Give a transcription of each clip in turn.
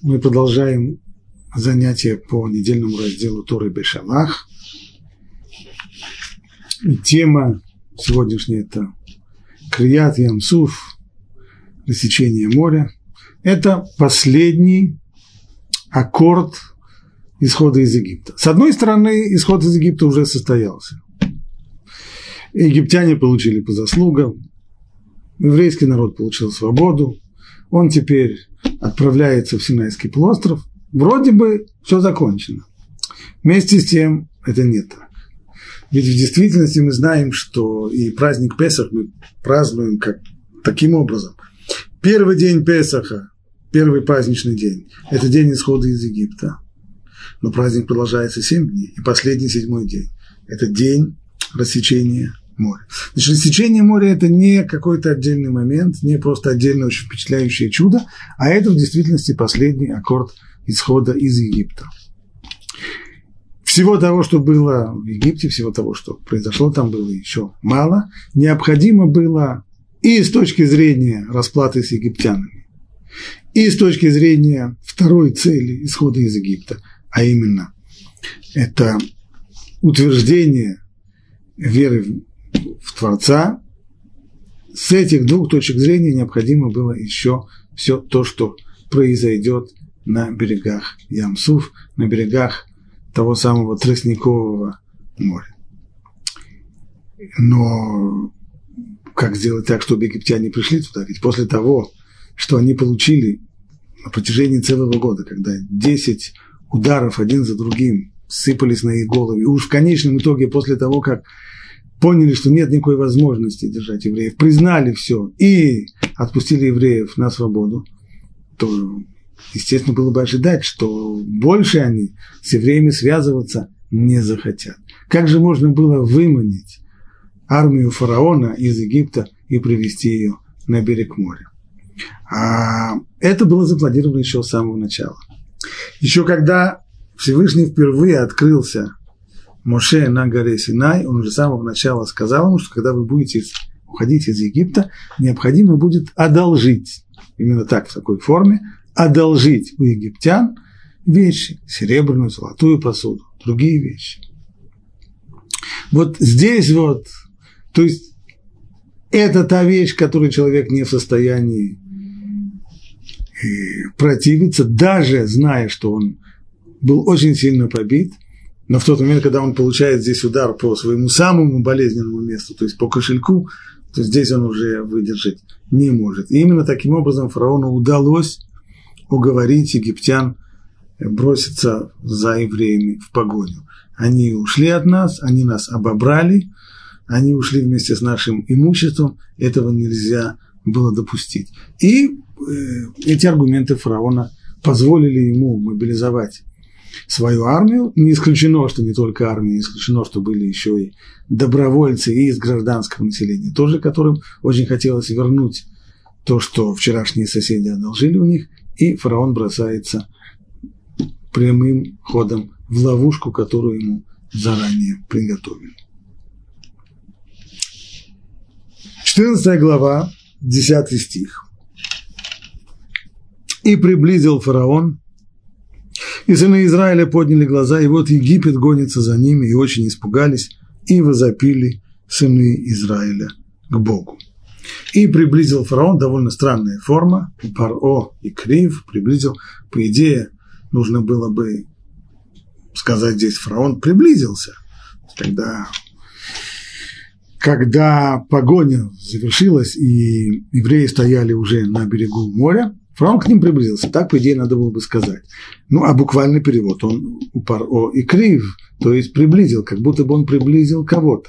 мы продолжаем занятия по недельному разделу Торы Бешалах. И тема сегодняшняя – это Крият Ям-Суф, рассечение моря. Это последний аккорд исхода из Египта. С одной стороны, исход из Египта уже состоялся. Египтяне получили по заслугам, еврейский народ получил свободу, он теперь отправляется в Синайский полуостров. Вроде бы все закончено. Вместе с тем это не так. Ведь в действительности мы знаем, что и праздник Песах мы празднуем таким образом. Первый день Песаха, первый праздничный день, это день исхода из Египта. Но праздник продолжается 7 дней. И последний 7-й день – это день рассечения моря. Значит, рассечение моря – это не какой-то отдельный момент, не просто отдельное очень впечатляющее чудо, а это в действительности последний аккорд исхода из Египта. Всего того, что было в Египте, всего того, что произошло там, было еще мало. Необходимо было и с точки зрения расплаты с египтянами, и с точки зрения второй цели исхода из Египта, а именно это утверждение веры в Творца. С этих двух точек зрения необходимо было еще все то, что произойдет на берегах Ям-Суф, на берегах того самого Тростникового моря. Но как сделать так, чтобы египтяне пришли туда? Ведь после того, что они получили на протяжении целого года, когда 10 ударов один за другим сыпались на их головы, и уж в конечном итоге, после того, как поняли, что нет никакой возможности держать евреев, признали все и отпустили евреев на свободу, то, естественно, было бы ожидать, что больше они с евреями связываться не захотят. Как же можно было выманить армию фараона из Египта и привести ее на берег моря? А это было запланировано еще с самого начала. Еще когда Всевышний впервые открылся Моше на горе Синай, он уже с самого начала сказал ему, что когда вы будете уходить из Египта, необходимо будет одолжить, именно так, в такой форме, одолжить у египтян вещи, серебряную, золотую посуду, другие вещи. Вот здесь вот, то есть это та вещь, которой человек не в состоянии противиться, даже зная, что он был очень сильно побит, но в тот момент, когда он получает здесь удар по своему самому болезненному месту, то есть по кошельку, то здесь он уже выдержать не может. И именно таким образом фараону удалось уговорить египтян броситься за евреями в погоню. Они ушли от нас, они нас обобрали, они ушли вместе с нашим имуществом, этого нельзя было допустить. И эти аргументы фараона позволили ему мобилизовать свою армию. Не исключено, что не только армия, не исключено, что были еще и добровольцы и из гражданского населения, тоже которым очень хотелось вернуть то, что вчерашние соседи одолжили у них, и фараон бросается прямым ходом в ловушку, которую ему заранее приготовили. 14 глава, 10 стих. «И приблизил фараон, и сыны Израиля подняли глаза, и вот Египет гонится за ними, и очень испугались, и возопили сыны Израиля к Богу. И приблизил фараон», довольно странная форма, паро и крив, приблизил, по идее, нужно было бы сказать здесь, фараон приблизился, когда погоня завершилась, и евреи стояли уже на берегу моря, фараон к ним приблизился, так, по идее, надо было бы сказать. Ну, а буквальный перевод, он паро и крив, то есть приблизил, как будто бы он приблизил кого-то.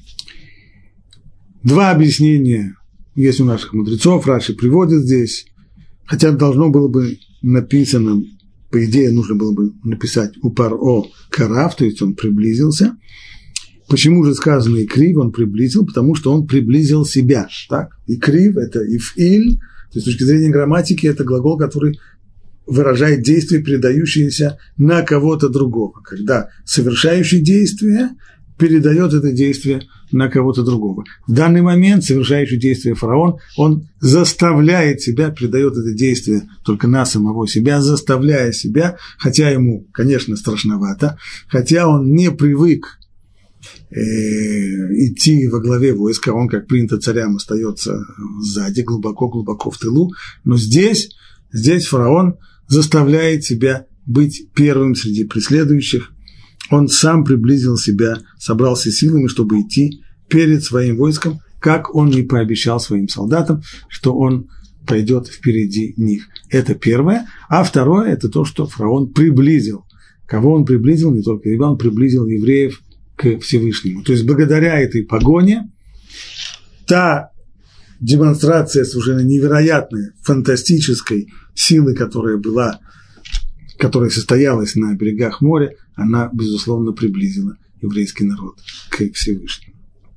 Два объяснения есть у наших мудрецов, Раши приводит здесь, хотя должно было бы написано, по идее, нужно было бы написать у паро карав, то есть он приблизился. Почему же сказано и крив, он приблизил? Потому что он приблизил себя, так? И крив – это ифиль, то есть с точки зрения грамматики это глагол, который выражает действие, передающееся на кого-то другого. Когда совершающий действие передает это действие на кого-то другого. В данный момент совершающий действие фараон, он заставляет себя, передает это действие только на самого себя, заставляя себя, хотя ему, конечно, страшновато, хотя он не привык идти во главе войска, он, как принято царям, остается сзади, глубоко-глубоко в тылу, но здесь фараон заставляет себя быть первым среди преследующих. Он сам приблизил себя, собрался силами, чтобы идти перед своим войском, как он и пообещал своим солдатам, что он пойдет впереди них. Это первое. А второе – это то, что фараон приблизил. Кого он приблизил? Не только его, он приблизил евреев к Всевышнему. То есть, благодаря этой погоне, та демонстрация совершенно невероятной, фантастической силы, которая состоялась на берегах моря, она, безусловно, приблизила еврейский народ к Всевышнему.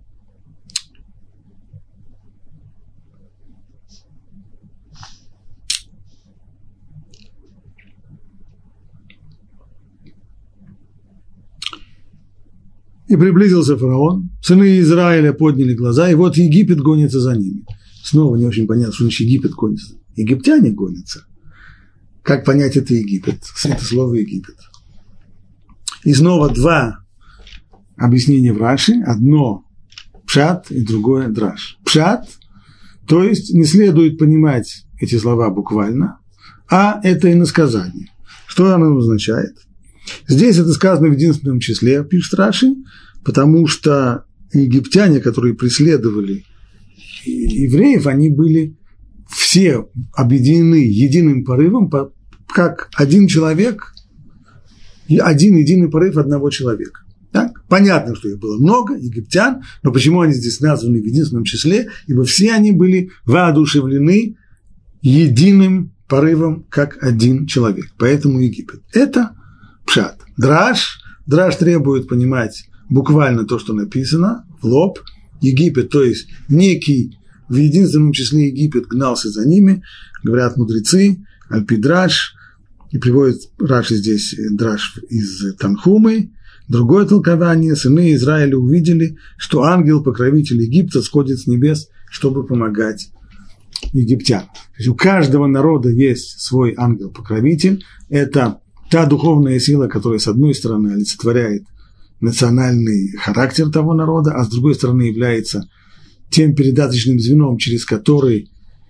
И приблизился фараон, сыны Израиля подняли глаза, и вот Египет гонится за ними. Снова не очень понятно, что значит Египет гонится. Египтяне гонятся. Как понять это Египет? Это слово Египет. И снова два объяснения в Раши. Одно пшат и другое драш. Пшат, то есть не следует понимать эти слова буквально, а это иносказание. Что оно означает? Здесь это сказано в единственном числе, пишет Раши, потому что египтяне, которые преследовали евреев, они были все объединены единым порывом, как один человек, один единый порыв одного человека. Так? Понятно, что их было много, египтян, но почему они здесь названы в единственном числе? Ибо все они были воодушевлены единым порывом, как один человек. Поэтому Египет. Это пшат. Драш требует понимать буквально то, что написано, в лоб. Египет, то есть некий, в единственном числе Египет гнался за ними, говорят мудрецы, альпидраш, и приводит Раши здесь драш из Танхумы. Другое толкование: сыны Израиля увидели, что ангел-покровитель Египта сходит с небес, чтобы помогать египтянам. То есть у каждого народа есть свой ангел-покровитель. Это та духовная сила, которая, с одной стороны, олицетворяет национальный характер того народа, а с другой стороны является тем передаточным звеном, через который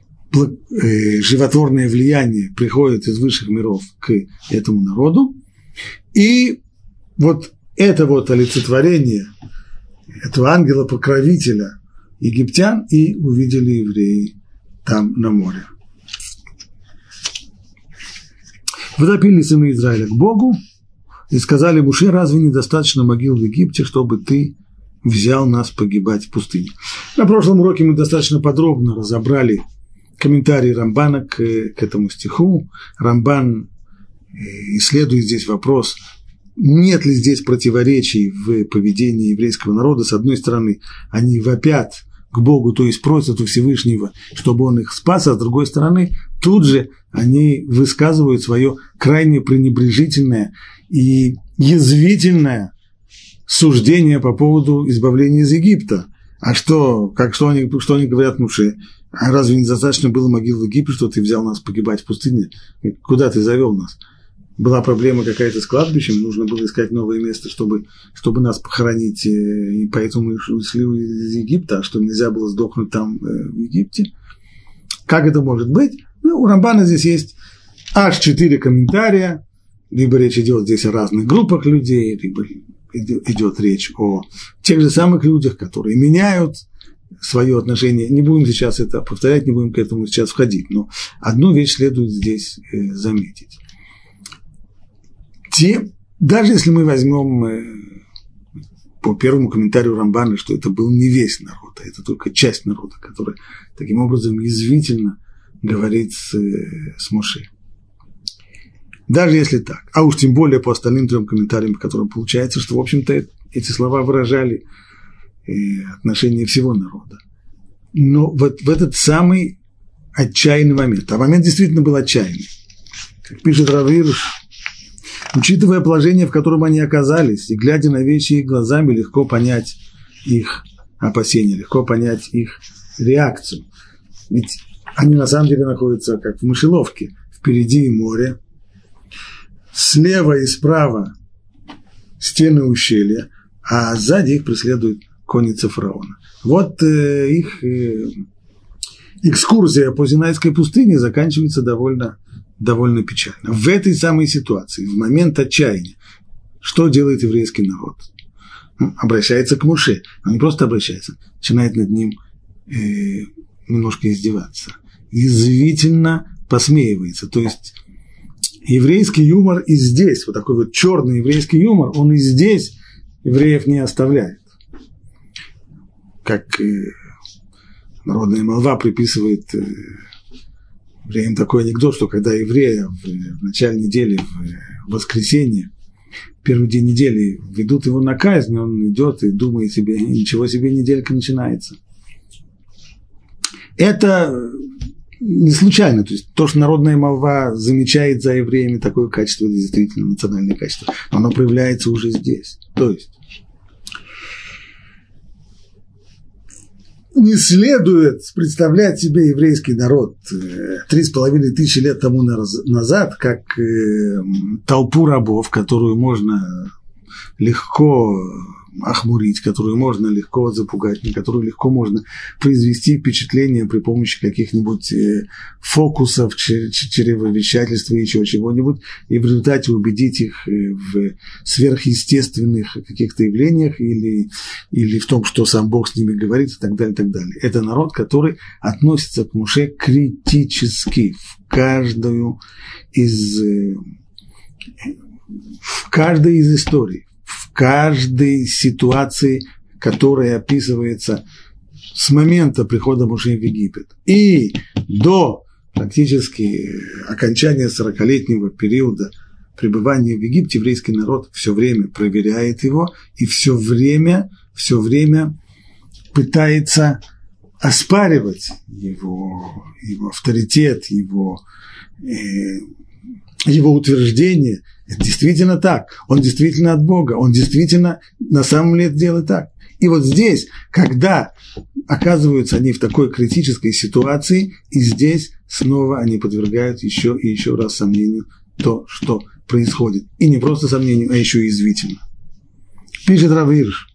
животворное влияние приходит из высших миров к этому народу. И вот это вот олицетворение этого ангела-покровителя египтян и увидели евреи там на море. Водопили сыны Израиля к Богу и сказали: Муше, разве недостаточно могил в Египте, чтобы ты взял нас погибать в пустыне? На прошлом уроке мы достаточно подробно разобрали комментарий Рамбана к этому стиху. Рамбан исследует здесь вопрос, нет ли здесь противоречий в поведении еврейского народа. С одной стороны, они вопят к Богу, то есть просят у Всевышнего, чтобы он их спас, а с другой стороны, тут же они высказывают свое крайне пренебрежительное и язвительное суждение по поводу избавления из Египта. А что они говорят Муше? А разве недостаточно было могил в Египте, что ты взял нас погибать в пустыне? Куда ты завел нас? Была проблема какая-то с кладбищем, нужно было искать новое место, чтобы нас похоронить, и поэтому мы ушли из Египта, а что нельзя было сдохнуть там, в Египте. Как это может быть? Ну, у Рамбана здесь есть аж 4 комментария, либо речь идет здесь о разных группах людей, либо идет речь о тех же самых людях, которые меняют свое отношение. Не будем сейчас это повторять, не будем к этому сейчас входить, но одну вещь следует здесь заметить. Даже если мы возьмем по первому комментарию Рамбана, что это был не весь народ, а это только часть народа, которая таким образом язвительно говорит с Моше. Даже если так, а уж тем более по остальным 3 комментариям, по которым получается, что, в общем-то, эти слова выражали отношение всего народа. Но вот в этот самый отчаянный момент, а момент действительно был отчаянный, как пишет Рав Ирш, Учитывая положение, в котором они оказались, и глядя на вещи их глазами, легко понять их опасения, легко понять их реакцию. Ведь они на самом деле находятся как в мышеловке. Впереди море, слева и справа стены ущелья, а сзади их преследует конница фараона. Вот их экскурсия по Синайской пустыне заканчивается довольно печально. В этой самой ситуации, в момент отчаяния, что делает еврейский народ? Обращается к Моше, но не просто обращается, начинает над ним немножко издеваться, язвительно посмеивается. То есть еврейский юмор и здесь, вот такой вот черный еврейский юмор, он и здесь евреев не оставляет. Как народная молва приписывает евреям такой анекдот, что когда еврея в начале недели, в воскресенье, первый день недели ведут его на казнь, он идет и думает себе, ничего себе, неделька начинается. Это не случайно, то есть то, что народная молва замечает за евреями такое качество, это действительно национальное качество, но оно проявляется уже здесь. То есть не следует представлять себе еврейский народ 3500 лет тому назад как толпу рабов, которую можно легко охмурить, которую можно легко запугать, на которую легко можно произвести впечатление при помощи каких-нибудь фокусов, чревовещательства и еще чего-нибудь, и в результате убедить их в сверхъестественных каких-то явлениях или в том, что сам Бог с ними говорит, и так далее, и так далее. Это народ, который относится к Моше критически в каждой из историй, в каждой ситуации, которая описывается с момента прихода Моше в Египет и до практически окончания 40-летнего периода пребывания в Египте, еврейский народ все время проверяет его и все время пытается оспаривать его авторитет, его утверждение. Это действительно так, он действительно от Бога, он действительно на самом деле делает так. И вот здесь, когда оказываются они в такой критической ситуации, и здесь снова они подвергают еще и еще раз сомнению то, что происходит. И не просто сомнению, а еще и язвительно. Пишет Рав Ирш: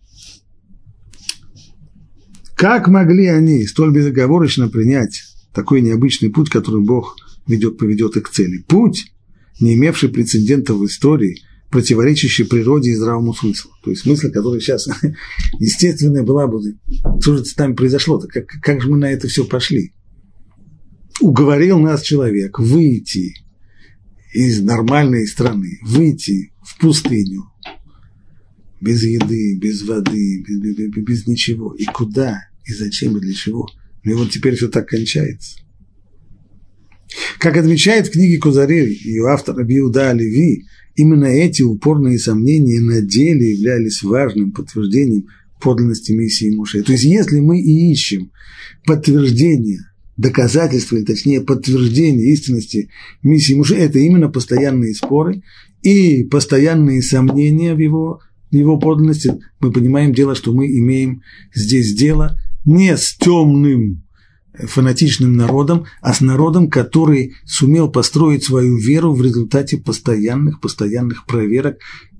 как могли они столь безоговорочно принять такой необычный путь, который Бог поведет их к цели? Путь, не имевший прецедентов в истории, противоречащий природе и здравому смыслу. То есть мысль, которая сейчас естественная была бы, что же с нами произошло-то, как же мы на это все пошли? Уговорил нас человек выйти из нормальной страны, выйти в пустыню, без еды, без воды, без ничего. И куда, и зачем, и для чего? Ну и вот теперь все так кончается. Как отмечает в книге Кузари ее автор Раби Иуда а-Леви, именно эти упорные сомнения на деле являлись важным подтверждением подлинности миссии Моше. То есть, если мы и ищем подтверждение, доказательства, или точнее подтверждение истинности миссии Моше, это именно постоянные споры и постоянные сомнения в его подлинности. Мы понимаем дело, что мы имеем здесь дело не с темным фанатичным народом, а с народом, который сумел построить свою веру в результате постоянных проверок,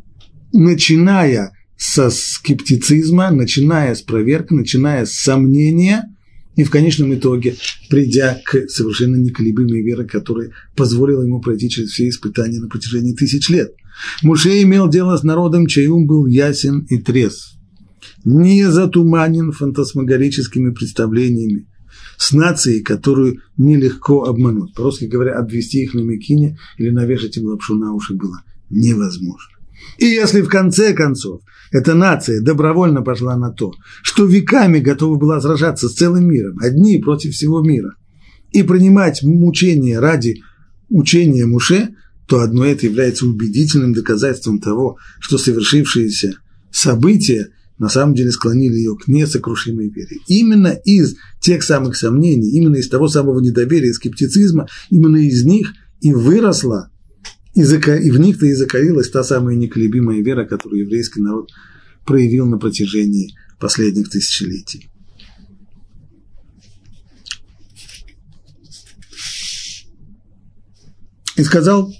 начиная со скептицизма, начиная с проверки, начиная с сомнения, и в конечном итоге придя к совершенно неколебимой вере, которая позволила ему пройти через все испытания на протяжении 1000 лет. Моше имел дело с народом, чей ум был ясен и трезв, не затуманен фантасмагорическими представлениями, с нацией, которую нелегко обмануть. По-русски говоря, обвести их на мекине или навешать им лапшу на уши было невозможно. И если в конце концов эта нация добровольно пошла на то, что веками готова была сражаться с целым миром, одни против всего мира, и принимать мучения ради учения Моше, то одно это является убедительным доказательством того, что совершившиеся события на самом деле склонили ее к несокрушимой вере. Именно из тех самых сомнений, именно из того самого недоверия и скептицизма, именно из них и выросла и в них-то и закалилась та самая неколебимая вера, которую еврейский народ проявил на протяжении последних тысячелетий. И сказал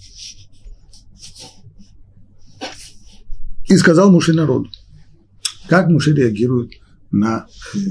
Моше народу. Как Моше реагирует на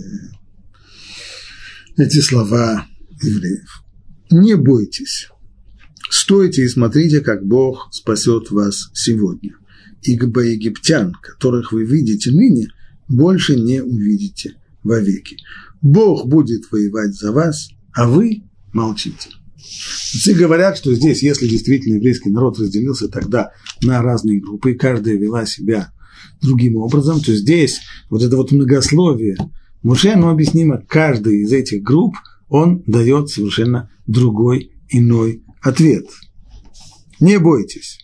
эти слова евреев? Не бойтесь, стойте и смотрите, как Бог спасет вас сегодня. Ибо египтян, которых вы видите ныне, больше не увидите вовеки. Бог будет воевать за вас, а вы молчите. Все говорят, что здесь, если действительно еврейский народ разделился тогда на разные группы, и каждая вела себя другим образом, то здесь вот это вот многословие Моше, оно объяснимо, каждый из этих групп, он дает совершенно другой, иной ответ. Не бойтесь.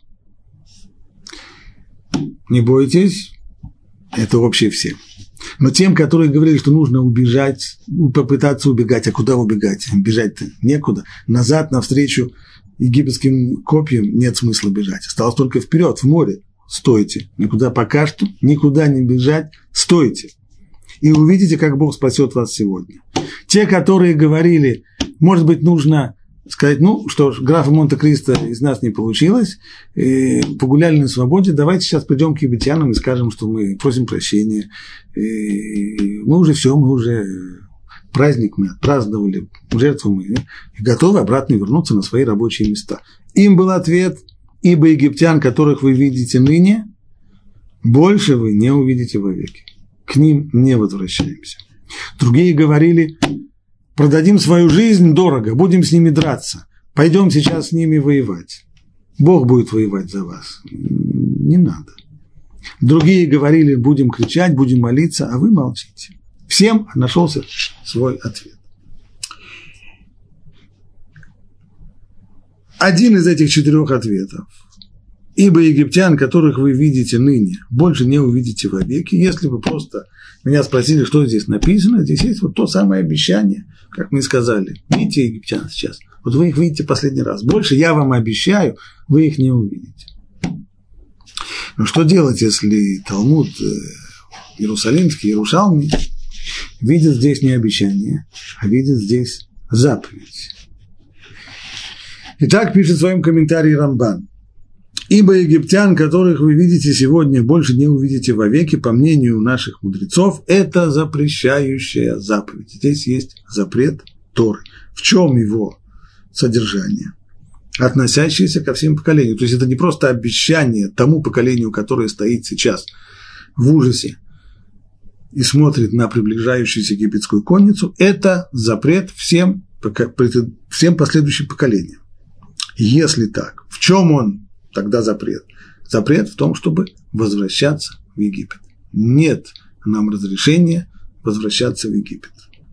Не бойтесь, это общее всем. Но тем, которые говорили, что нужно убежать, попытаться убегать, а куда убегать? Бежать-то некуда. Назад, навстречу египетским копьям нет смысла бежать. Осталось только вперед, в море. Стойте. Никуда пока что, никуда не бежать. Стойте. И увидите, как Бог спасет вас сегодня. Те, которые говорили, может быть, нужно сказать, ну, что ж, графа Монте-Кристо из нас не получилось, погуляли на свободе, давайте сейчас придем к египтянам и скажем, что мы просим прощения, мы уже все, мы уже праздник мы отпраздновали, жертву мы, и готовы обратно вернуться на свои рабочие места. Им был ответ, ибо египтян, которых вы видите ныне, больше вы не увидите вовеки, к ним не возвращаемся. Другие говорили, продадим свою жизнь дорого, будем с ними драться, пойдем сейчас с ними воевать. Бог будет воевать за вас. Не надо. Другие говорили, будем кричать, будем молиться, а вы молчите. Всем нашелся свой ответ. Один из этих 4 ответов. Ибо египтян, которых вы видите ныне, больше не увидите вовеки. Если вы просто меня спросили, что здесь написано, здесь есть вот то самое обещание, как мы сказали. Видите египтян сейчас? Вот вы их видите последний раз. Больше я вам обещаю, вы их не увидите. Но что делать, если Талмуд Иерусалимский, Иерушалми видит здесь не обещание, а видит здесь заповедь? Итак, пишет в своем комментарии Рамбан. Ибо египтян, которых вы видите сегодня, больше не увидите вовеки, по мнению наших мудрецов, это запрещающая заповедь. Здесь есть запрет Торы. В чем его содержание? Относящееся ко всем поколениям. То есть это не просто обещание тому поколению, которое стоит сейчас в ужасе и смотрит на приближающуюся египетскую конницу, это запрет всем последующим поколениям. Если так, в чем он тогда запрет? Запрет в том, чтобы возвращаться в Египет. Нет нам разрешения возвращаться в Египет.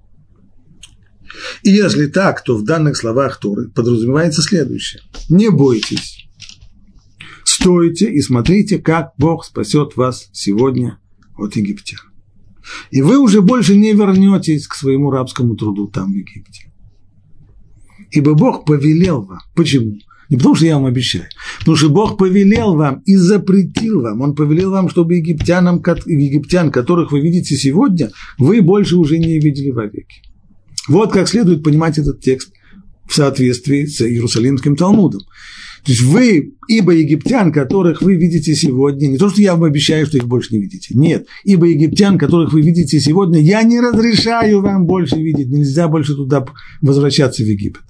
И если так, то в данных словах Торы подразумевается следующее. Не бойтесь, стойте и смотрите, как Бог спасет вас сегодня от египтян. И вы уже больше не вернетесь к своему рабскому труду там, в Египте. Ибо Бог повелел вам. Почему? Не потому, что я вам обещаю. Потому что Бог повелел вам и запретил вам. Он повелел вам, чтобы египтян, которых вы видите сегодня, вы больше уже не видели вовеки. Вот как следует понимать этот текст в соответствии с Иерусалимским Талмудом. То есть вы, ибо египтян, которых вы видите сегодня, не то, что я вам обещаю, что их больше не видите. Нет, ибо египтян, которых вы видите сегодня, я не разрешаю вам больше видеть. Нельзя больше туда возвращаться в Египет.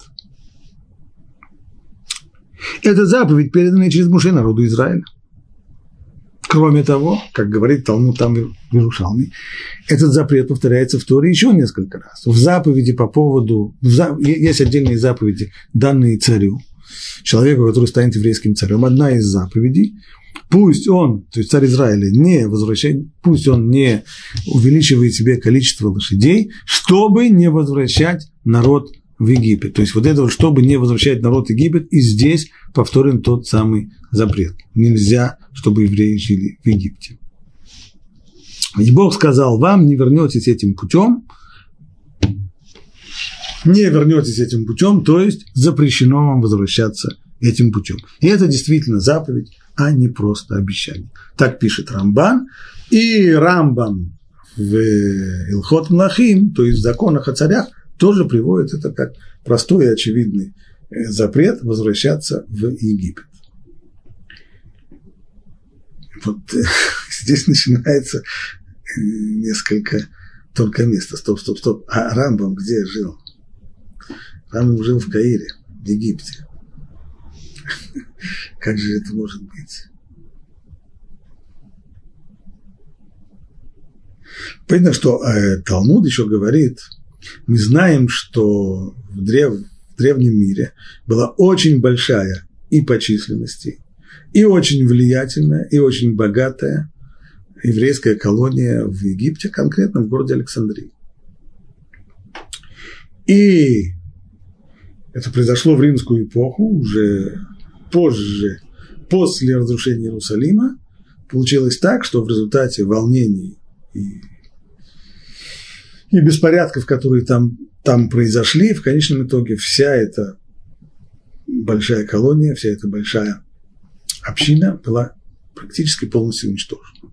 Это заповедь, переданная через Моше народу Израиля. Кроме того, как говорит Талмуд там в Иерушалме, этот запрет повторяется в Торе еще несколько раз. В заповеди по поводу... Есть отдельные заповеди, данные царю, человеку, который станет еврейским царем. Одна из заповедей, пусть он, то есть царь Израиля, не возвращает, пусть он не увеличивает себе количество лошадей, чтобы не возвращать народ в Египет. То есть вот это вот, чтобы не возвращать народ в Египет, и здесь повторен тот самый запрет. Нельзя, чтобы евреи жили в Египте. Ведь Бог сказал вам, не вернетесь этим путем, то есть запрещено вам возвращаться этим путем. И это действительно заповедь, а не просто обещание. Так пишет Рамбан. И Рамбам в Илхот Млахим, то есть в законах о царях, тоже приводит это как простой и очевидный запрет возвращаться в Египет. Вот здесь начинается несколько только места. Стоп. А Рамбам где жил? Рамбам жил в Каире, в Египте. Как же это может быть? Понятно, что Талмуд еще говорит, мы знаем, что в древнем мире была очень большая и по численности, и очень влиятельная, и очень богатая еврейская колония в Египте, конкретно в городе Александрии. И это произошло в римскую эпоху, уже позже, после разрушения Иерусалима. Получилось так, что в результате волнений и беспорядков, которые там произошли, в конечном итоге вся эта большая колония, вся эта большая община была практически полностью уничтожена.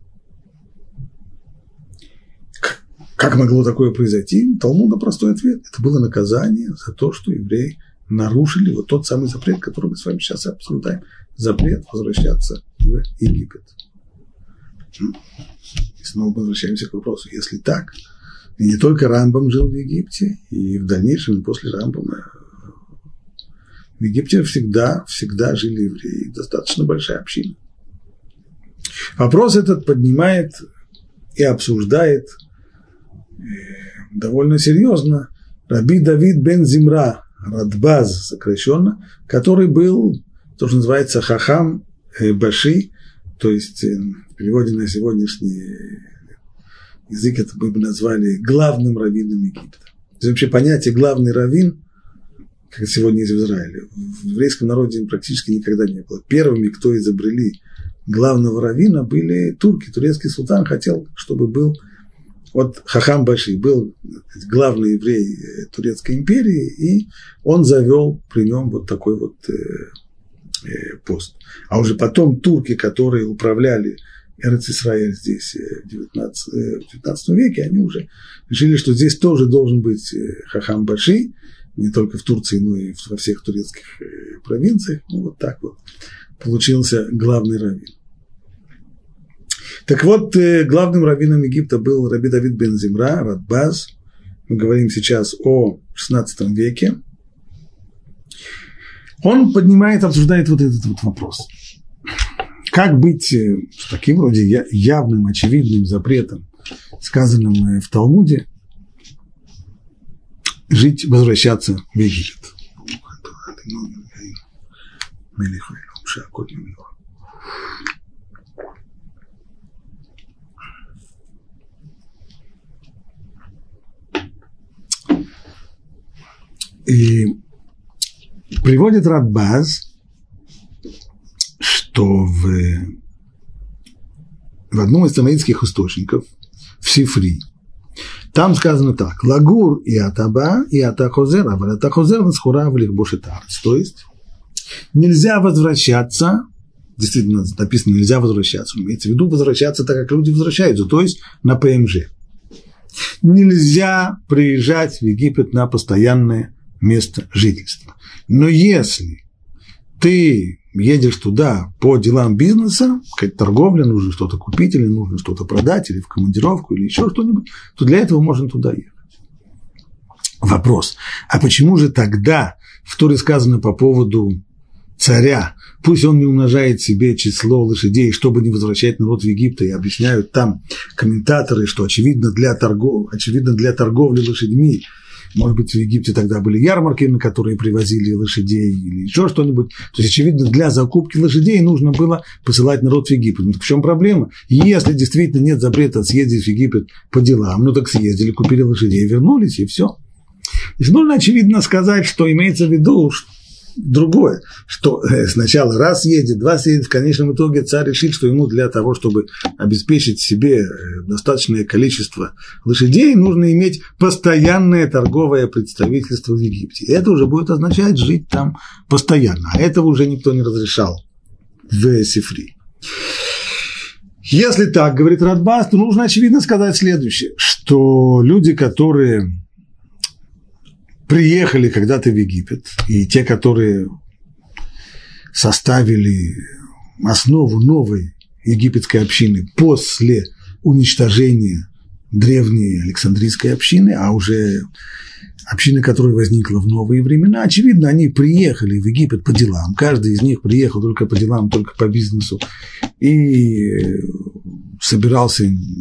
Как могло такое произойти? У Талмуда простой ответ. Это было наказание за то, что евреи нарушили вот тот самый запрет, который мы с вами сейчас обсуждаем. Запрет возвращаться в Египет. И снова возвращаемся к вопросу. Если так, и не только Рамбам жил в Египте, и в дальнейшем, и после Рамбама, в Египте всегда жили евреи, достаточно большая община. Вопрос этот поднимает и обсуждает довольно серьезно Раби Давид бен Зимра, Радбаз сокращенно, который был, то, что называется, Хахам Баши, то есть в переводе на сегодняшний язык это мы бы назвали главным раввином Египта. То есть вообще понятие главный раввин, как сегодня есть в Израиле, в еврейском народе практически никогда не было. Первыми, кто изобрели главного раввина, были турки. Турецкий султан хотел, чтобы был вот Хахам Баши, был главный еврей Турецкой империи, и он завел при нем вот такой вот пост. А уже потом турки, которые управляли Эрец-Исраэль здесь в 19 веке, они уже решили, что здесь тоже должен быть Хахам Баши, не только в Турции, но и во всех турецких провинциях. Ну, вот так вот получился главный раввин. Так вот, главным раввином Египта был Раби Давид бен Зимра, Радбаз. Мы говорим сейчас о XVI веке. Он обсуждает вот этот вот вопрос. Как быть с таким вроде явным, очевидным запретом, сказанным в Талмуде, возвращаться в Египет? И приводит Радбаз, что в одном из тамаидских источников, в Сифри, там сказано так: «Лагур и атаба, и атахозер, а атахозер насхура в лихбошетарц». То есть нельзя возвращаться, действительно написано «нельзя возвращаться», имеется в виду возвращаться так, как люди возвращаются, то есть на ПМЖ. Нельзя приезжать в Египет на постоянное место жительства. Но если ты едешь туда по делам бизнеса, какая-то торговля, нужно что-то купить, или нужно что-то продать, или в командировку, или еще что-нибудь, то для этого можно туда ехать. Вопрос: а почему же тогда в Торе сказано по поводу царя, пусть он не умножает себе число лошадей, чтобы не возвращать народ в Египет, и объясняют там комментаторы, что очевидно для торговли лошадьми, может быть, в Египте тогда были ярмарки, на которые привозили лошадей или еще что-нибудь. То есть, очевидно, для закупки лошадей нужно было посылать народ в Египет. Ну, так в чем проблема? Если действительно нет запрета съездить в Египет по делам, ну так съездили, купили лошадей, вернулись, и все. Здесь нужно, очевидно, сказать, что имеется в виду, другое, что сначала раз едет, два съедет, в конечном итоге царь решит, что ему для того, чтобы обеспечить себе достаточное количество лошадей, нужно иметь постоянное торговое представительство в Египте. Это уже будет означать жить там постоянно, а этого уже никто не разрешал в Сифри. Если так, говорит Радбаз, то нужно, очевидно, сказать следующее, что люди, которые приехали когда-то в Египет, и те, которые составили основу новой египетской общины после уничтожения древней Александрийской общины, а уже община, которая возникла в новые времена, очевидно, они приехали в Египет по делам. Каждый из них приехал только по делам, только по бизнесу. И собирался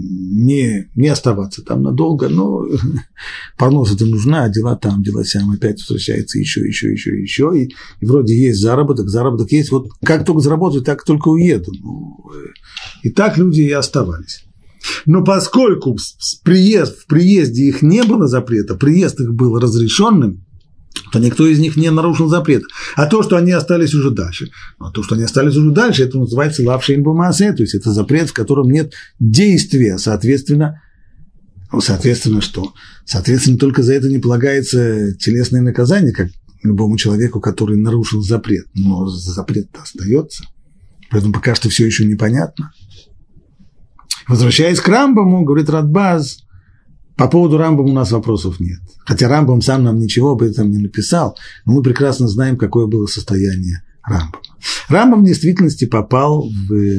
не оставаться там надолго, но парнос это нужна, а дела там, дела сям, опять возвращается еще. И вроде есть заработок есть. Вот как только заработаю, так только уеду. И так люди и оставались. Но поскольку в приезде их не было запрета, приезд их был разрешенным, то никто из них не нарушил запрет. А то, что они остались уже дальше, это называется лав шейн бо маасе, то есть это запрет, в котором нет действия, соответственно, что? Соответственно, только за это не полагается телесное наказание, как любому человеку, который нарушил запрет. Но запрет-то остается, поэтому пока что все еще непонятно. Возвращаясь к Рамбаму, говорит Радбаз, по поводу Рамбама у нас вопросов нет. Хотя Рамбам сам нам ничего об этом не написал, но мы прекрасно знаем, какое было состояние Рамбама. Рамбам в действительности попал в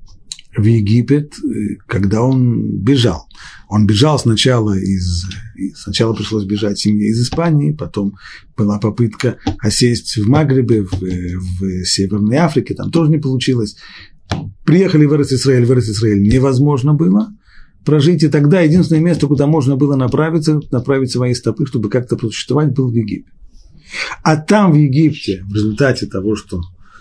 Египет, когда он бежал. Он бежал сначала пришлось бежать семье из Испании, потом была попытка осесть в Магребе, в Северной Африке, там тоже не получилось. Приехали в Эрец-Исраэль невозможно было прожить, и тогда единственное место, куда можно было направить свои стопы, чтобы как-то просуществовать, был в Египет. А там, в Египте, в результате того, что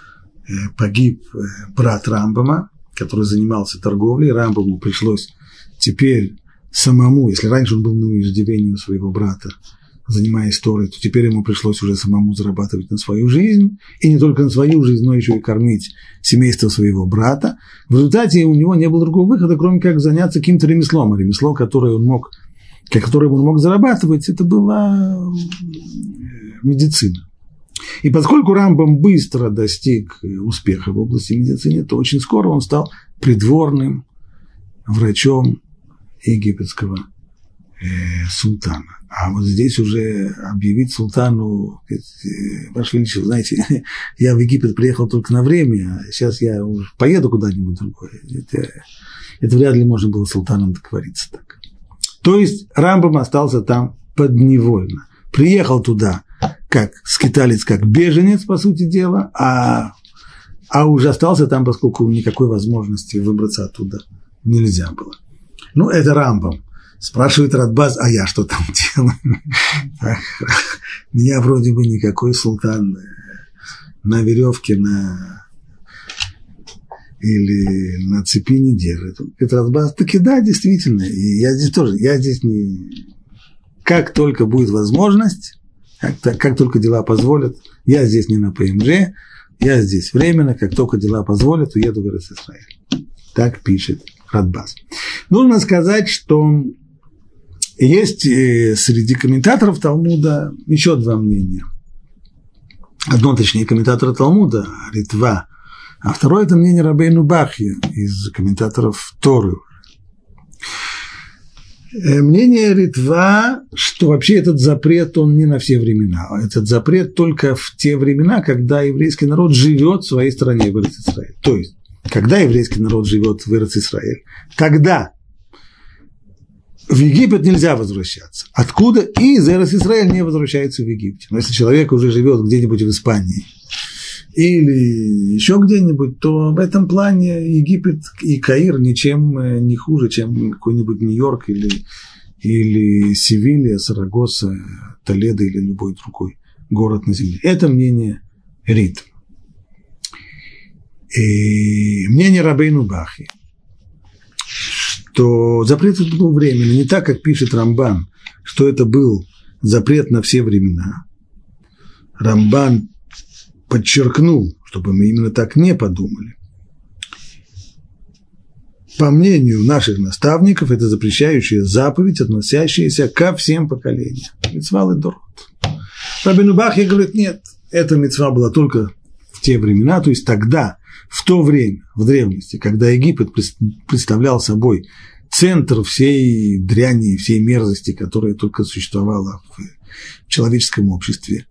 погиб брат Рамбама, который занимался торговлей, Рамбаму пришлось теперь самому, если раньше он был на иждивении у своего брата, занимаясь Торой, то теперь ему пришлось уже самому зарабатывать на свою жизнь, и не только на свою жизнь, но еще и кормить семейство своего брата. В результате у него не было другого выхода, кроме как заняться каким-то ремеслом. А ремесло, которым он мог зарабатывать, это была медицина. И поскольку Рамбам быстро достиг успеха в области медицины, то очень скоро он стал придворным врачом египетского султана. А вот здесь уже объявить султану, Ваше Величество, знаете, я в Египет приехал только на время, а сейчас я уже поеду куда-нибудь другое. Это вряд ли можно было с султаном договориться так. То есть Рамбам остался там подневольно. Приехал туда как скиталец, как беженец, по сути дела, а уже остался там, поскольку никакой возможности выбраться оттуда нельзя было. Ну, это Рамбам. Спрашивает Радбаз, а я что там делаю? Меня вроде бы никакой султан на веревке или на цепи не держит. Это Радбаз, таки да, действительно. И я здесь не... Как только будет возможность, как только дела позволят, я здесь не на ПМЖ, я здесь временно, как только дела позволят, уеду в Эрец-Исраэль. Так пишет Радбаз. Нужно сказать, что есть среди комментаторов Талмуда еще два мнения. Одно, точнее, комментатора Талмуда, Ритва, а второе – это мнение Рабейну Бахья из комментаторов Торы. Мнение Ритва, что вообще этот запрет, он не на все времена. Этот запрет только в те времена, когда еврейский народ живет в своей стране, в Эрец-Исраэль. То есть, когда еврейский народ живет в Эрец-Исраэль, тогда в Египет нельзя возвращаться. Откуда? И из Эрец-Исраэль не возвращается в Египет. Но если человек уже живет где-нибудь в Испании или еще где-нибудь, то в этом плане Египет и Каир ничем не хуже, чем какой-нибудь Нью-Йорк или Севилья, Сарагоса, Толедо или любой другой город на земле. Это мнение Рит. И мнение Рабейну Бахи, что запрет этот был временный, не так, как пишет Рамбан, что это был запрет на все времена. Рамбан подчеркнул, чтобы мы именно так не подумали. По мнению наших наставников, это запрещающая заповедь, относящаяся ко всем поколениям. Мицва ледорот. Рабейну Бахья говорит, нет, эта мицва была только в те времена, то есть тогда, в то время, в древности, когда Египет представлял собой центр всей дряни, всей мерзости, которая только существовала в человеческом обществе.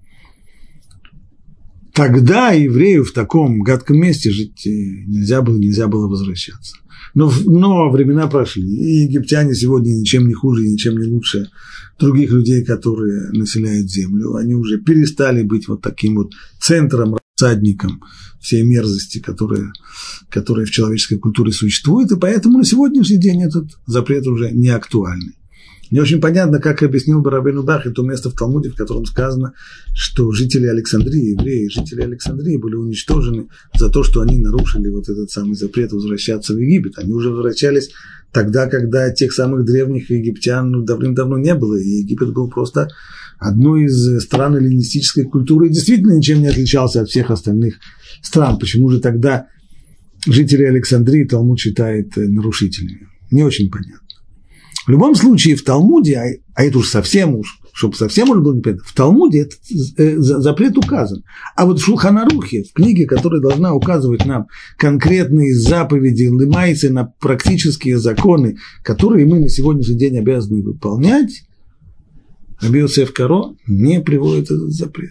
Тогда еврею в таком гадком месте жить нельзя было возвращаться. Но времена прошли, и египтяне сегодня ничем не хуже и ничем не лучше других людей, которые населяют землю. Они уже перестали быть вот таким вот центром, рассадником всей мерзости, которая в человеческой культуре существует, и поэтому на сегодняшний день этот запрет уже не актуальный. Не очень понятно, как объяснил бы Рабейну Бахья то место в Талмуде, в котором сказано, что жители Александрии, евреи, жители Александрии были уничтожены за то, что они нарушили вот этот самый запрет возвращаться в Египет. Они уже возвращались тогда, когда тех самых древних египтян давным-давно не было, и Египет был просто одной из стран эллинистической культуры и действительно ничем не отличался от всех остальных стран. Почему же тогда жители Александрии Талмуд считает нарушителями? Не очень понятно. В любом случае, в Талмуде, а это уж совсем чтобы совсем уж было непонятно, в Талмуде этот запрет указан. А вот в Шулхан Арухе, в книге, которая должна указывать нам конкретные заповеди, лимайсы, на практические законы, которые мы на сегодняшний день обязаны выполнять, Раби Йосеф Каро не приводит этот запрет.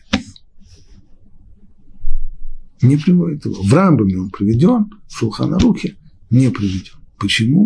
Не приводит его. В Рамбаме он приведен, в Шулхан Арухе не приведен. Почему?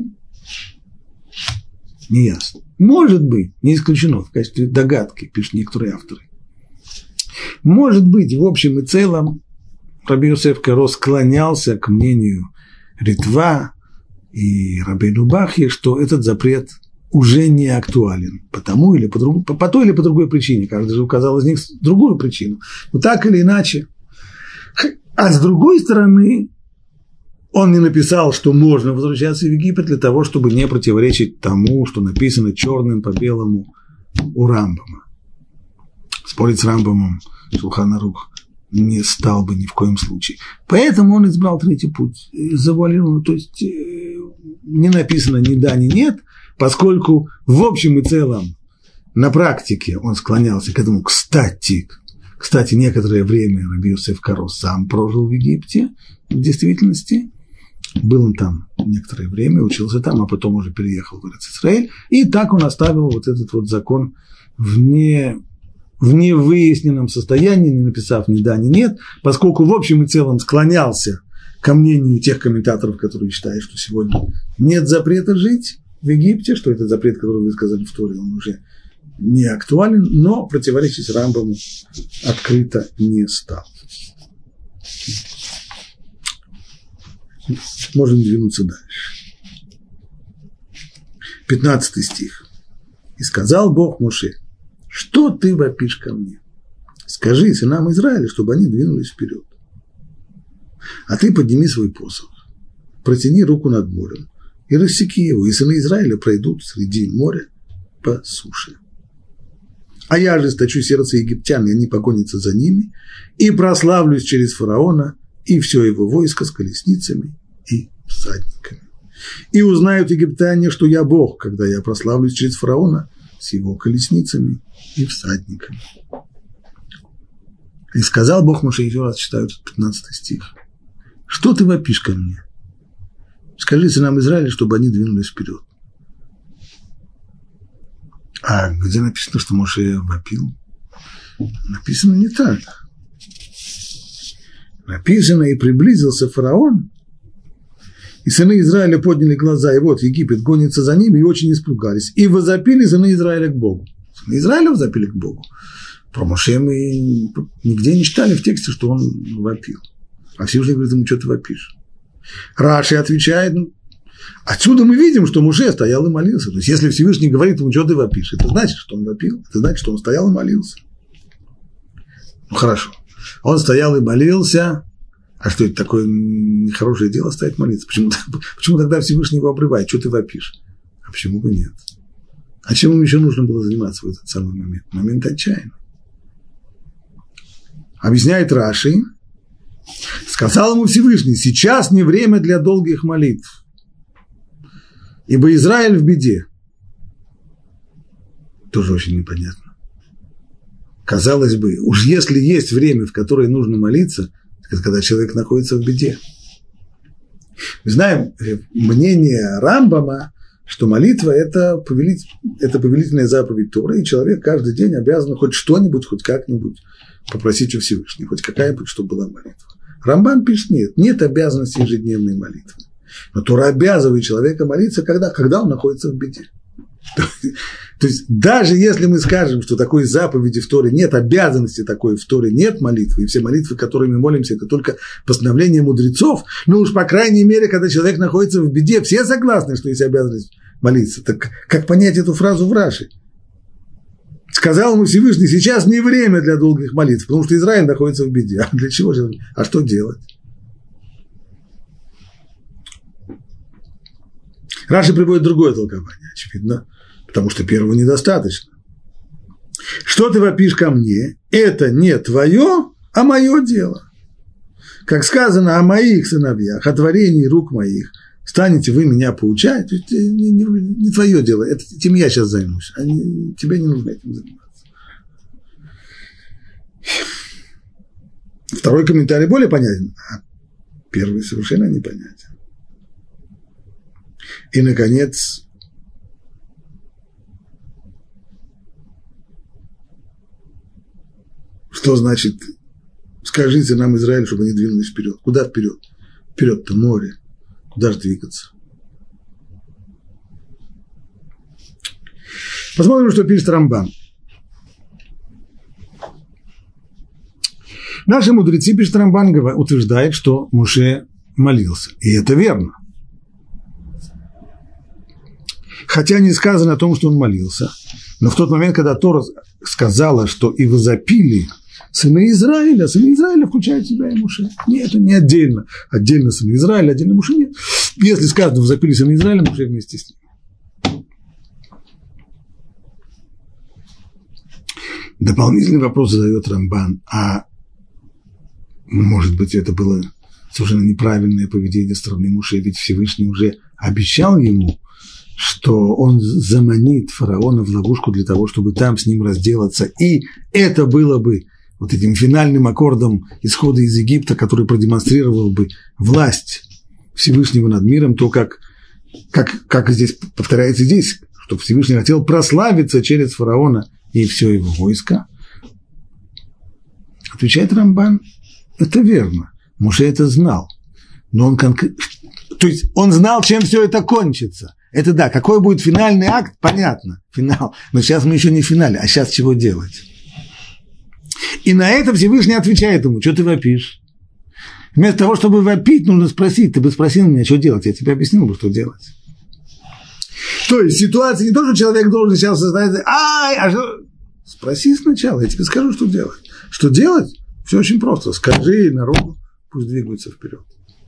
Неясно. Может быть, не исключено, в качестве догадки, пишут некоторые авторы. Может быть, в общем и целом, Раби Йосеф Каро склонялся к мнению Ритва и Рабейну Бахьи, что этот запрет уже не актуален по той или по другой причине. Каждый же указал из них другую причину. Но так или иначе. А с другой стороны, он не написал, что можно возвращаться в Египет для того, чтобы не противоречить тому, что написано черным по белому у Рамбама. Спорить с Рамбамом Шулхан Арух не стал бы ни в коем случае. Поэтому он избрал третий путь, завуалированный, то есть не написано ни да, ни нет, поскольку в общем и целом на практике он склонялся к этому. Кстати, некоторое время Раби Йосеф Каро сам прожил в Египте, в действительности. Был он там некоторое время, учился там, а потом уже переехал в Эрец-Исраэль. И так он оставил вот этот вот закон в невыясненном состоянии, не написав ни да, ни нет, поскольку в общем и целом склонялся ко мнению тех комментаторов, которые считают, что сегодня нет запрета жить в Египте, что этот запрет, который вы сказали в Торе, он уже не актуален, но противоречить Рамбаму открыто не стал. Можем двинуться дальше. 15 стих. «И сказал Бог Моше, что ты вопишь ко мне? Скажи сынам Израиля, чтобы они двинулись вперед. А ты подними свой посох, протяни руку над морем и рассеки его, и сыны Израиля пройдут среди моря по суше. А я ожесточу сердце египтян, и они погонятся за ними, и прославлюсь через фараона и все его войско с колесницами и всадниками. И узнают египтяне, что я Бог, когда я прославлюсь через фараона с его колесницами и всадниками». И сказал Бог Моше, еще раз читаю 15 стих. «Что ты вопишь ко мне? Скажи сынам Израиля, чтобы они двинулись вперед». А где написано, что Моше вопил? Написано не так. Написано, и приблизился фараон, и сыны Израиля подняли глаза, и вот Египет гонится за ними, и очень испугались. И возопили сыны Израиля к Богу. Сыны Израиля возопили к Богу. Про Моше мы нигде не читали в тексте, что он вопил. А Всевышний говорит ему, что ты вопишь? Раши отвечает, отсюда мы видим, что Моше стоял и молился. То есть, если Всевышний говорит ему, что ты вопишь, это значит, что он вопил, это значит, что он стоял и молился. Ну, хорошо. Он стоял и молился. А что это такое нехорошее дело стоять молиться? Почему тогда Всевышний его обрывает? Что ты вопишь? А почему бы нет? А чем ему еще нужно было заниматься в этот самый момент? Момент отчаяния. Объясняет Раши, Сказал ему Всевышний: сейчас не время для долгих молитв, ибо Израиль в беде. Тоже очень непонятно. Казалось бы, уж если есть время, в которое нужно молиться, это когда человек находится в беде. Мы знаем мнение Рамбама, что молитва – это повелительная заповедь Торы, и человек каждый день обязан хоть что-нибудь, хоть как-нибудь попросить у Всевышнего, хоть какая-нибудь, чтобы была молитва. Рамбам пишет: нет обязанности ежедневной молитвы. Но Тора обязывает человека молиться, когда он находится в беде. То есть даже если мы скажем, что такой заповеди в Торе нет, обязанности такой в Торе нет молитвы, и все молитвы, которыми мы молимся, это только постановление мудрецов, ну уж по крайней мере, когда человек находится в беде, все согласны, что есть обязанность молиться. Так как понять эту фразу в Раши? Сказал ему Всевышний: сейчас не время для долгих молитв, потому что Израиль находится в беде. А для чего же? А что делать? Раши приводит другое толкование, очевидно, потому что первого недостаточно. Что ты вопишь ко мне? Это не твое, а мое дело. Как сказано о моих сыновьях, о творении рук моих, станете вы меня поучать, это не твое дело, этим я сейчас займусь, тебе не нужно этим заниматься. Второй комментарий более понятен, а первый совершенно непонятен. И, наконец, что значит: скажите нам, Израиль, чтобы они двинулись вперед? Куда вперед? Вперед-то море. Куда же двигаться? Посмотрим, что пишет Рамбам. Наши мудрецы, пишет Рамбам, утверждают, что Моше молился. И это верно. Хотя не сказано о том, что он молился, но в тот момент, когда Тора сказала, что и возопили сыны Израиля включают в себя и Моше. Нет, это не отдельно. Отдельно сыны Израиля, отдельно Моше нет. Если сказано, возопили сыны Израиля, Моше вместе с ним. Дополнительный вопрос задает Рамбан: а может быть, это было совершенно неправильное поведение стороны Моше, ведь Всевышний уже обещал ему, что он заманит фараона в ловушку для того, чтобы там с ним разделаться. И это было бы вот этим финальным аккордом исхода из Египта, который продемонстрировал бы власть Всевышнего над миром, то, как здесь повторяется здесь, что Всевышний хотел прославиться через фараона и все его войско. Отвечает Рамбан: это верно, Моше это знал, но то есть он знал, чем все это кончится. Это да, какой будет финальный акт, понятно, финал. Но сейчас мы еще не в финале, а сейчас чего делать? И на это Всевышний отвечает ему: что ты вопишь? Вместо того, чтобы вопить, нужно спросить. Ты бы спросил меня, что делать, я тебе объяснил бы, что делать. То есть ситуация не то, что человек должен сейчас создать, спроси сначала, я тебе скажу, что делать. Что делать? Все очень просто. Скажи народу, пусть двигаются вперед.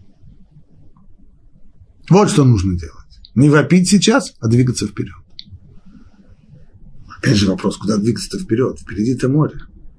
Вот что нужно делать. Не вопить сейчас, а двигаться вперед. Опять же вопрос, куда двигаться-то вперед? Впереди-то море.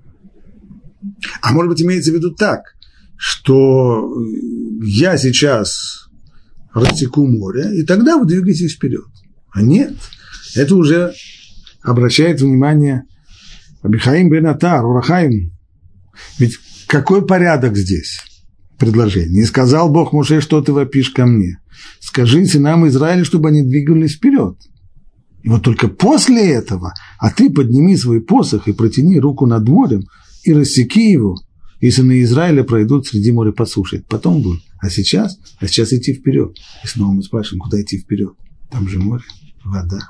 А может быть, имеется в виду так, что я сейчас рассеку море, и тогда вы двигаетесь вперед. А нет, это уже обращает внимание Абихаим бен Атар, Урахаим. Ведь какой порядок здесь? Предложение. «И сказал Бог Моше, что ты вопишь ко мне? Скажи сынам Израиля, чтобы они двигались вперед. И вот только после этого, а ты подними свой посох и протяни руку над морем, и рассеки его, и сыны Израиля пройдут среди моря по суше. Потом будет. А сейчас идти вперед». И снова мы спрашиваем, куда идти вперед? Там же море, вода.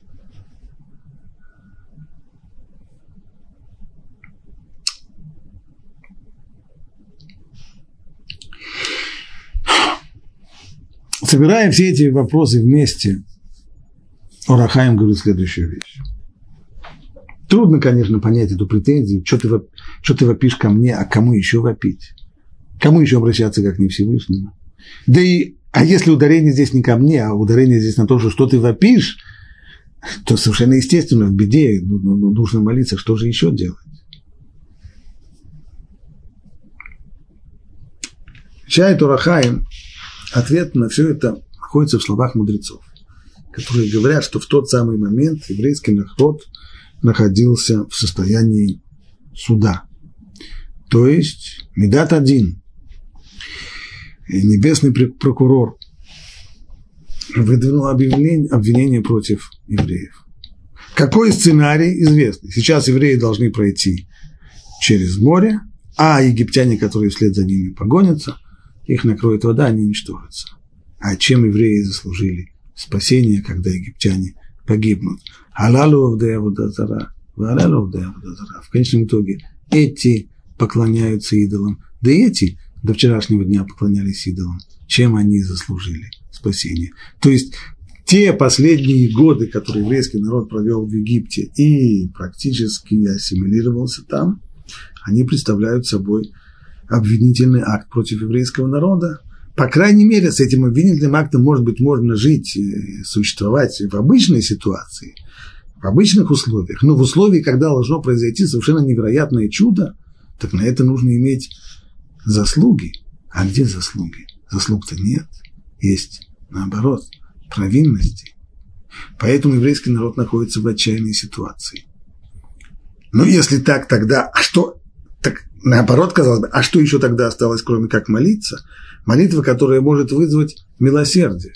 Собирая все эти вопросы вместе, Орахаим говорит следующую вещь. Трудно, конечно, понять эту претензию, что ты вопишь ко мне, а кому еще вопить? Кому еще обращаться, как не Всевышнему? А если ударение здесь не ко мне, а ударение здесь на то, что ты вопишь, то совершенно естественно, в беде нужно молиться, что же еще делать? Отвечает Ор ха-Хаим, ответ на все это находится в словах мудрецов, которые говорят, что в тот самый момент еврейский народ находился в состоянии суда. То есть Мидат один, небесный прокурор, выдвинул обвинение против евреев. Какой сценарий известный? Сейчас евреи должны пройти через море, а египтяне, которые вслед за ними погонятся, их накроет вода, они уничтожатся. А чем евреи заслужили спасение, когда египтяне погибнут? В конечном итоге эти поклоняются идолам, да и эти до вчерашнего дня поклонялись идолам. Чем они заслужили спасение? То есть те последние годы, которые еврейский народ провел в Египте и практически ассимилировался там, они представляют собой обвинительный акт против еврейского народа. По крайней мере, с этим обвинительным актом, может быть, можно жить, существовать в обычной ситуации, в обычных условиях. Но в условиях, когда должно произойти совершенно невероятное чудо, так на это нужно иметь заслуги. А где заслуги? Заслуг-то нет. Есть, наоборот, провинности. Поэтому еврейский народ находится в отчаянной ситуации. Ну, если так, тогда, а что? Так, наоборот, казалось бы, а что еще тогда осталось, кроме как молиться? Молитва, которая может вызвать милосердие.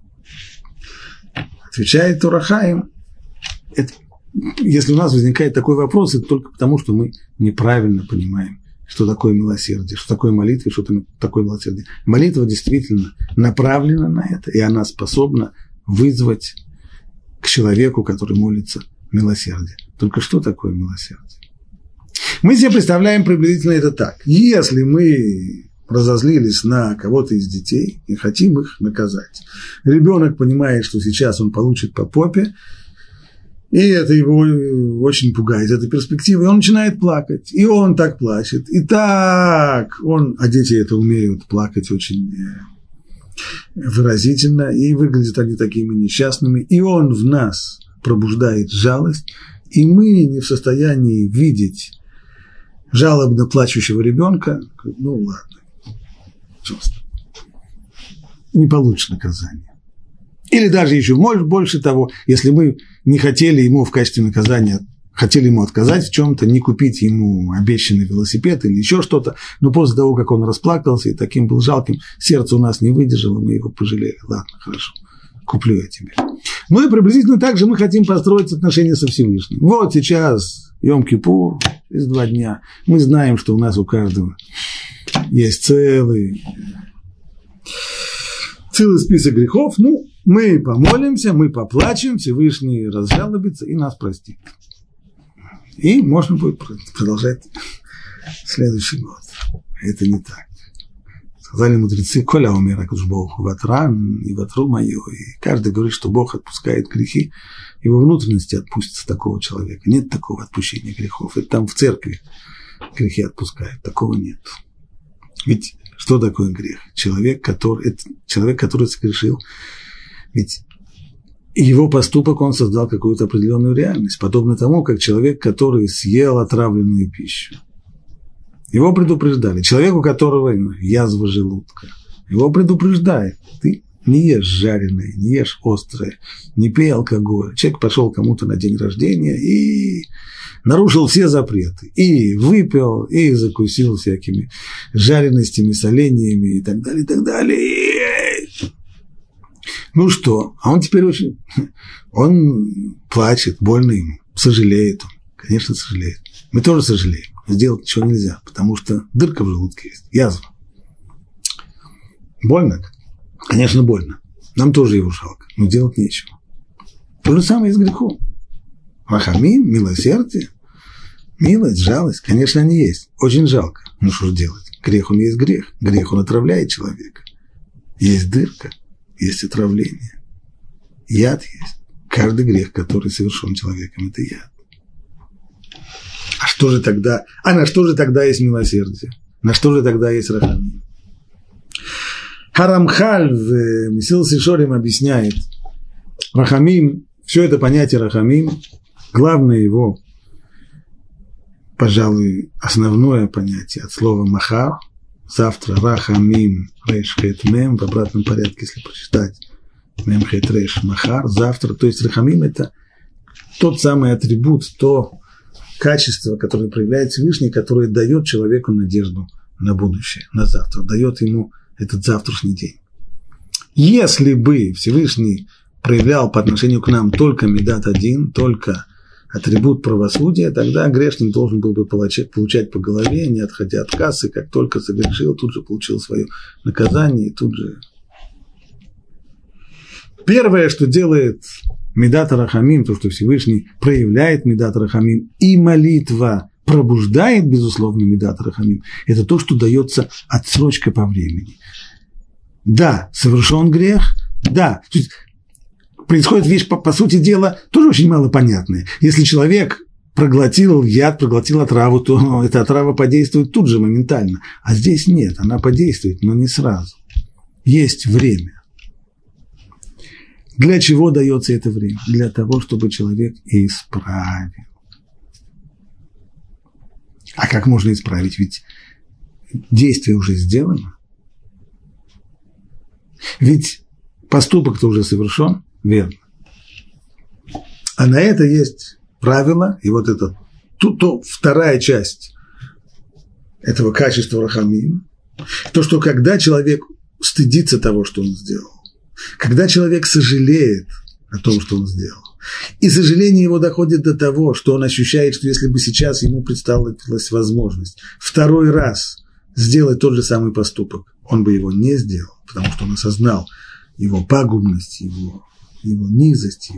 Отвечает Ор ха-Хаим, если у нас возникает такой вопрос, это только потому, что мы неправильно понимаем, что такое милосердие, что такое молитва, что такое милосердие. Молитва действительно направлена на это, и она способна вызвать к человеку, который молится, милосердие. Только что такое милосердие? Мы себе представляем приблизительно это так. Если мы разозлились на кого-то из детей и хотим их наказать, ребенок понимает, что сейчас он получит по попе, и это его очень пугает, эта перспектива, и он начинает плакать, и он так плачет, и так он, а дети это умеют плакать очень выразительно, и выглядят они такими несчастными, и он в нас пробуждает жалость, и мы не в состоянии видеть жалобно плачущего ребенка, ну ладно, не получишь наказание. Или даже еще, может, больше того, если мы не хотели ему в качестве наказания, хотели ему отказать в чем-то, не купить ему обещанный велосипед или еще что-то, но после того, как он расплакался и таким был жалким, сердце у нас не выдержало, мы его пожалели. Ладно, хорошо, куплю я тебе. Ну и приблизительно так же мы хотим построить отношения со Всевышним. Вот сейчас Йом-Кипур, через 2 дня. Мы знаем, что у нас у каждого есть целый список грехов. Ну, мы помолимся, мы поплачем, Всевышний разжалобится и нас простит. И можно будет продолжать следующий год. Это не так. Сказали мудрецы, коля умер акадош барух ху ватран и ватру мое. И каждый говорит, что Бог отпускает грехи, его внутренности отпустятся такого человека. Нет такого отпущения грехов. Это там в церкви грехи отпускают. Такого нет. Ведь что такое грех? Человек, который согрешил, ведь его поступок, он создал какую-то определенную реальность, подобно тому, как человек, который съел отравленную пищу. Его предупреждали. Человек, у которого язва желудка, его предупреждает. Ты не ешь жареное, не ешь острое, не пей алкоголь. Человек пошел кому-то на день рождения и нарушил все запреты. И выпил, и закусил всякими жареностями, соленьями и так далее, и так далее. Ну что? А он теперь он плачет, больно ему, сожалеет он. Конечно, сожалеет. Мы тоже сожалеем. Сделать ничего нельзя, потому что дырка в желудке есть, язва. Больно? Конечно, больно. Нам тоже его жалко, но делать нечего. То же самое и с грехом. Рахамим, милосердие, милость, жалость, конечно, они есть. Очень жалко. Ну что же делать? Грех, он есть грех. Грех, он отравляет человека. Есть дырка, есть отравление. Яд есть. Каждый грех, который совершен человеком, это яд. А что же тогда? А на что же тогда есть милосердие? На что же тогда есть рахамим? Харамхаль в Месилат Йешарим объясняет рахамим, все это понятие рахамим, главное его, пожалуй, основное понятие от слова махар, завтра рахамим рейш хет мем, в обратном порядке, если прочитать, мем хет рейш махар, завтра, то есть рахамим – это тот самый атрибут, то качество, которое проявляет Всевышний, которое дает человеку надежду на будущее, на завтра, дает ему этот завтрашний день. Если бы Всевышний проявлял по отношению к нам только медат один, только атрибут правосудия, тогда грешник должен был бы получать по голове, не отходя от кассы, как только согрешил, тут же получил свое наказание, и тут же. Первое, что делает медат рахамим, то, что Всевышний проявляет медат рахамим, и молитва пробуждает, безусловно, медат рахамим, это то, что дается отсрочка по времени. Да, совершен грех, да, то есть происходит вещь, по сути дела, тоже очень малопонятная. Если человек проглотил яд, проглотил отраву, то эта отрава подействует тут же, моментально. А здесь нет, она подействует, но не сразу. Есть время. Для чего дается это время? Для того, чтобы человек исправил. А как можно исправить? Ведь действие уже сделано. Ведь поступок-то уже совершен, верно. А на это есть правило, и вот это то вторая часть этого качества рахамим, то, что когда человек стыдится того, что он сделал, когда человек сожалеет о том, что он сделал, и сожаление его доходит до того, что он ощущает, что если бы сейчас ему представилась возможность второй раз сделать тот же самый поступок, он бы его не сделал, потому что он осознал его пагубность, его низость,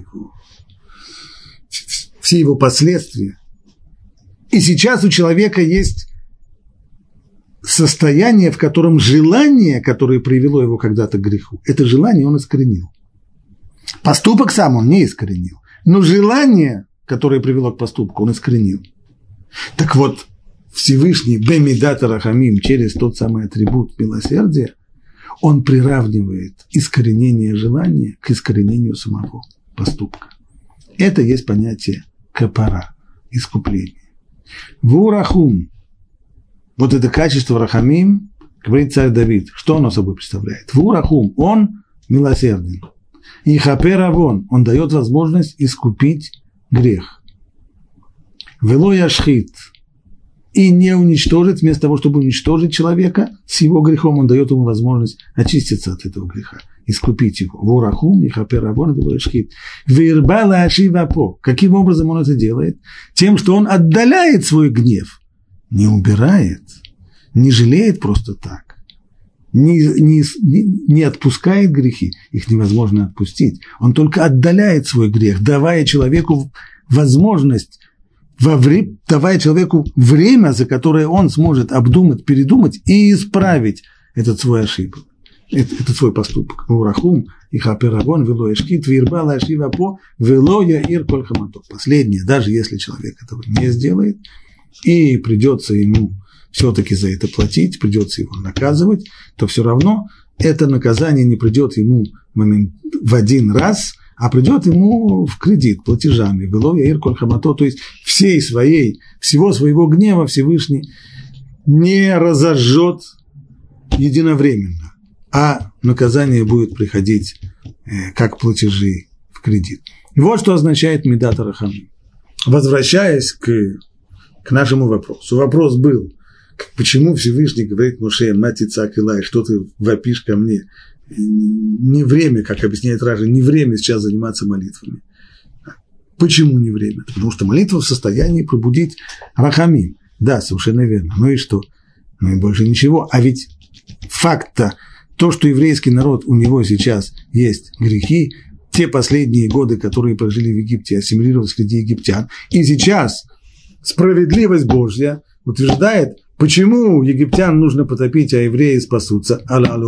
все его последствия. И сейчас у человека есть состояние, в котором желание, которое привело его когда-то к греху, это желание он искоренил. Поступок сам он не искоренил, но желание, которое привело к поступку, он искоренил. Так вот, Всевышний бемидат рахамим через тот самый атрибут милосердия, он приравнивает искоренение желания к искоренению самого поступка. Это есть понятие капара, искупление. Вурахум, вот это качество рахамим, говорит царь Давид, что оно собой представляет? Вурахум, он милосерден. И хаперавон, он дает возможность искупить грех. Вело яшхит, и не уничтожить, вместо того, чтобы уничтожить человека, с его грехом он дает ему возможность очиститься от этого греха, искупить его. Ворахум, ихаперавон, велоэшхит. Вирбала ашивапо. Каким образом он это делает? Тем, что он отдаляет свой гнев, не убирает, не жалеет просто так, не отпускает грехи, их невозможно отпустить. Он только отдаляет свой грех, давая человеку возможность, давая человеку время, за которое он сможет обдумать, передумать и исправить этот свой ошибок, этот свой поступок. Урахум, ихаперавон, вело эшкит, вирбала ашивапо, вело яир коль хамато. Последнее, даже если человек этого не сделает, и придется ему все-таки за это платить, придется его наказывать, то все равно это наказание не придет ему в один раз, а придет ему в кредит, платежами. Вело яир коль хамато, то есть всего своего гнева Всевышний не разожжет единовременно, а наказание будет приходить как платежи в кредит. Вот что означает медат рахамим. Возвращаясь к нашему вопросу. Вопрос был, почему Всевышний говорит Моше, мать Ицхак Илай, что ты вопишь ко мне? Не время, как объясняет Раши, не время сейчас заниматься молитвами. Почему не время? Потому что молитва в состоянии пробудить рахамим. Да, совершенно верно. Ну и что? Ну и больше ничего. А ведь факт-то, то, что еврейский народ, у него сейчас есть грехи, те последние годы, которые прожили в Египте, ассимилировались среди египтян, и сейчас справедливость Божья утверждает, почему египтян нужно потопить, а евреи спасутся.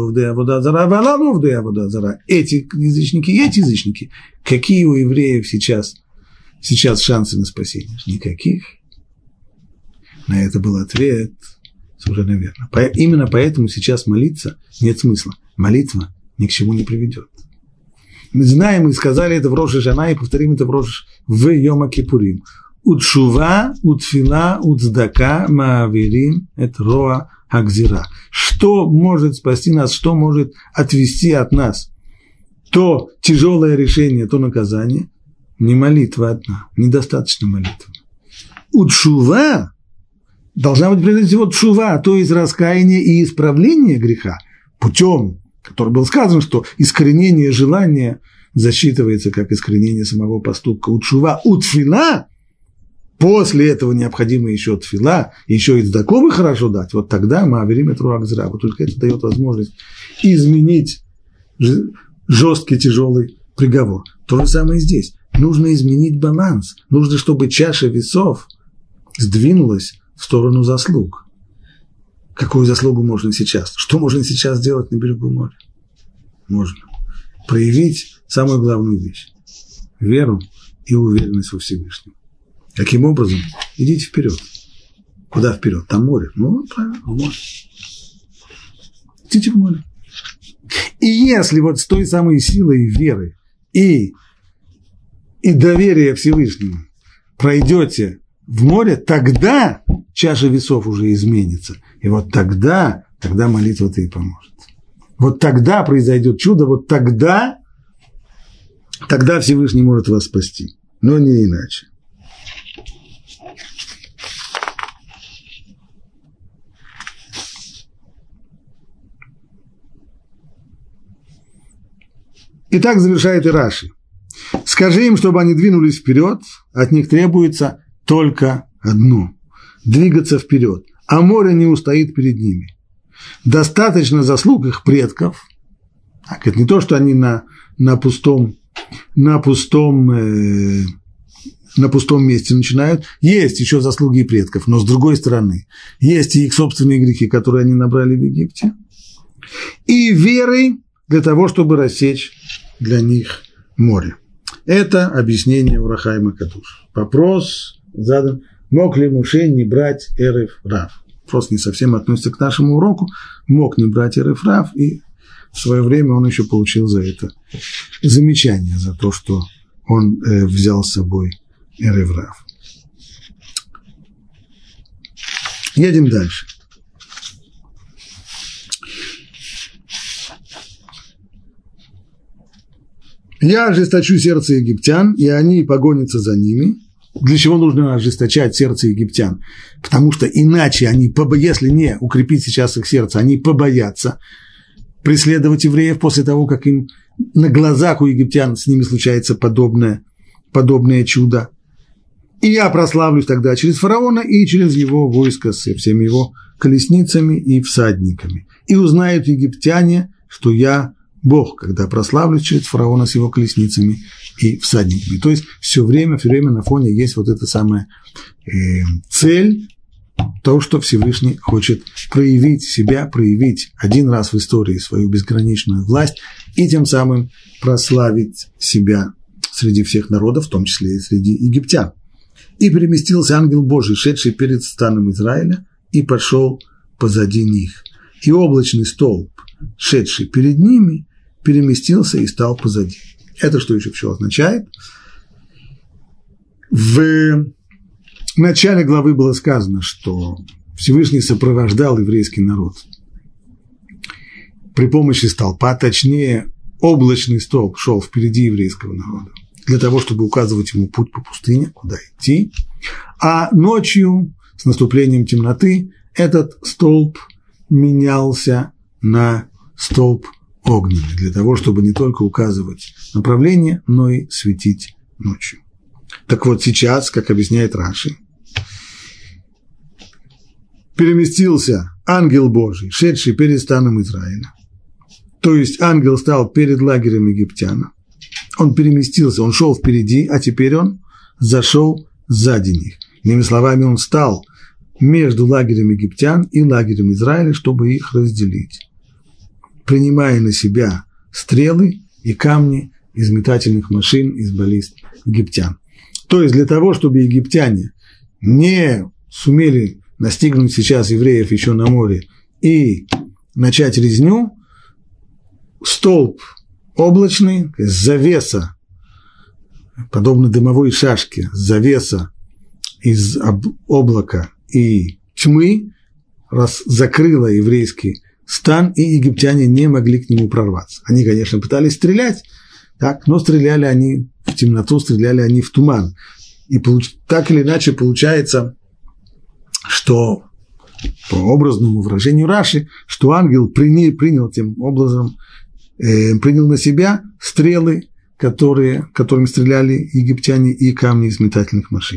Эти язычники и эти язычники. Какие у евреев сейчас шансы на спасение? Никаких. На это был ответ. Совершенно верно. Именно поэтому сейчас молиться нет смысла. Молитва ни к чему не приведет. Мы знаем и сказали это в Рош ха-Шана, и повторим это в Йом Кипурим. Утшува, утфила, уцдака, мааверим, это роа агзира. Что может спасти нас, что может отвести от нас то тяжелое решение, то наказание? Не молитва одна, недостаточно молитвы. Утшува должна быть прежде всего тшува, то есть раскаяние и исправление греха путем, который был сказан, что искоренение желания засчитывается как искоренение самого поступка. Утшува, утфила, после этого необходимо еще тфила, еще и цдаку хорошо дать. Вот тогда мы аверим это руах зра. Вот только это дает возможность изменить жесткий, тяжелый приговор. То же самое и здесь. Нужно изменить баланс. Нужно, чтобы чаша весов сдвинулась в сторону заслуг. Какую заслугу можно сейчас? Что можно сейчас сделать на берегу моря? Можно проявить самую главную вещь – веру и уверенность во Всевышнем. Каким образом? Идите вперед. Куда вперед? Там море. Ну, правильно, в море. Идите в море. И если вот с той самой силой веры и доверия Всевышнему пройдете в море, тогда чаша весов уже изменится. И вот тогда молитва-то и поможет. Вот тогда произойдет чудо, вот тогда Всевышний может вас спасти. Но не иначе. Итак, завершает и Раши. Скажи им, чтобы они двинулись вперед, от них требуется только одно – двигаться вперед, а море не устоит перед ними. Достаточно заслуг их предков. Так, это не то, что они на пустом месте начинают. Есть еще заслуги и предков, но с другой стороны, есть и их собственные грехи, которые они набрали в Египте, и веры для того, чтобы рассечь для них море. Это объяснение Ор ха Кадуш. Вопрос задан, мог ли Моше не брать эрев рав? Вопрос не совсем относится к нашему уроку. Мог не брать эрев рав, и в свое время он еще получил за это замечание, за то, что он взял с собой эрев рав. Едем дальше. Я ожесточу сердце египтян, и они погонятся за ними. Для чего нужно ожесточать сердце египтян? Потому что иначе они, если не укрепить сейчас их сердце, они побоятся преследовать евреев после того, как им на глазах у египтян с ними случается подобное чудо. И я прославлюсь тогда через фараона и через его войско со всеми его колесницами и всадниками. И узнают египтяне, что я Бог, когда прославлюсь через фараона с его колесницами и всадниками. То есть все время на фоне есть вот эта самая цель, то, что Всевышний хочет проявить себя, проявить один раз в истории свою безграничную власть и тем самым прославить себя среди всех народов, в том числе и среди египтян. И переместился ангел Божий, шедший перед станом Израиля, и пошел позади них. И облачный столб, шедший перед ними, переместился и стал позади. Это что еще все означает? В начале главы было сказано, что Всевышний сопровождал еврейский народ при помощи столпа, точнее, облачный столб шел впереди еврейского народа, для того, чтобы указывать ему путь по пустыне, куда идти. А ночью, с наступлением темноты, этот столб менялся на столб огненный, для того, чтобы не только указывать направление, но и светить ночью. Так вот сейчас, как объясняет Раши, переместился ангел Божий, шедший перед станом Израиля. То есть ангел стал перед лагерем египтян. Он переместился, он шел впереди, а теперь он зашел сзади них. Иными словами, он стал между лагерем египтян и лагерем Израиля, чтобы их разделить, принимая на себя стрелы и камни из метательных машин, из баллист египтян. То есть для того, чтобы египтяне не сумели настигнуть сейчас евреев еще на море и начать резню, столб облачный, завеса, подобно дымовой шашке, завеса из облака и тьмы закрыла еврейский стан, и египтяне не могли к нему прорваться. Они, конечно, пытались стрелять, так, но стреляли они в темноту, стреляли они в туман. И так или иначе получается, что по образному выражению Раши, что ангел принял тем образом, принял на себя стрелы, которыми стреляли египтяне, и камни из метательных машин.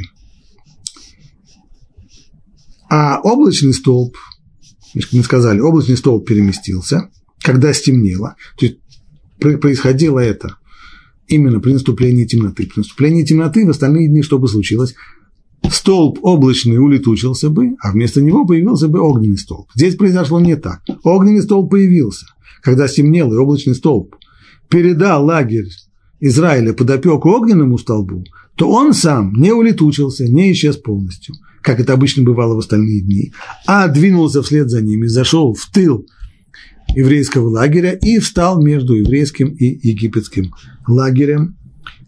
А облачный столб, как мы сказали, облачный столб переместился, когда стемнело. То есть происходило это именно при наступлении темноты. При наступлении темноты в остальные дни что бы случилось? Столб облачный улетучился бы, а вместо него появился бы огненный столб. Здесь произошло не так. Огненный столб появился, когда стемнело, и облачный столб передал лагерь Израиля под опеку огненному столбу, то он сам не улетучился, не исчез полностью, как это обычно бывало в остальные дни, а двинулся вслед за ними, зашел в тыл еврейского лагеря и встал между еврейским и египетским лагерем,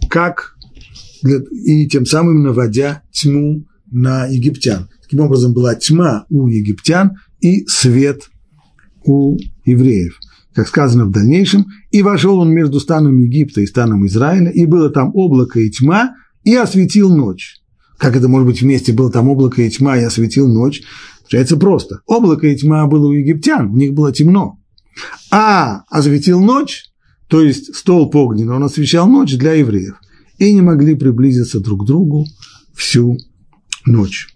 и тем самым наводя тьму на египтян. Таким образом, была тьма у египтян и свет у евреев. Как сказано в дальнейшем, и вошел он между станом Египта и станом Израиля, и было там облако и тьма, и осветил ночь. Как это может быть вместе? Было там облако и тьма, и осветил ночь. Получается просто. Облако и тьма было у египтян, у них было темно. А осветил ночь, то есть столб огненный, он освещал ночь для евреев. И не могли приблизиться друг к другу всю ночь.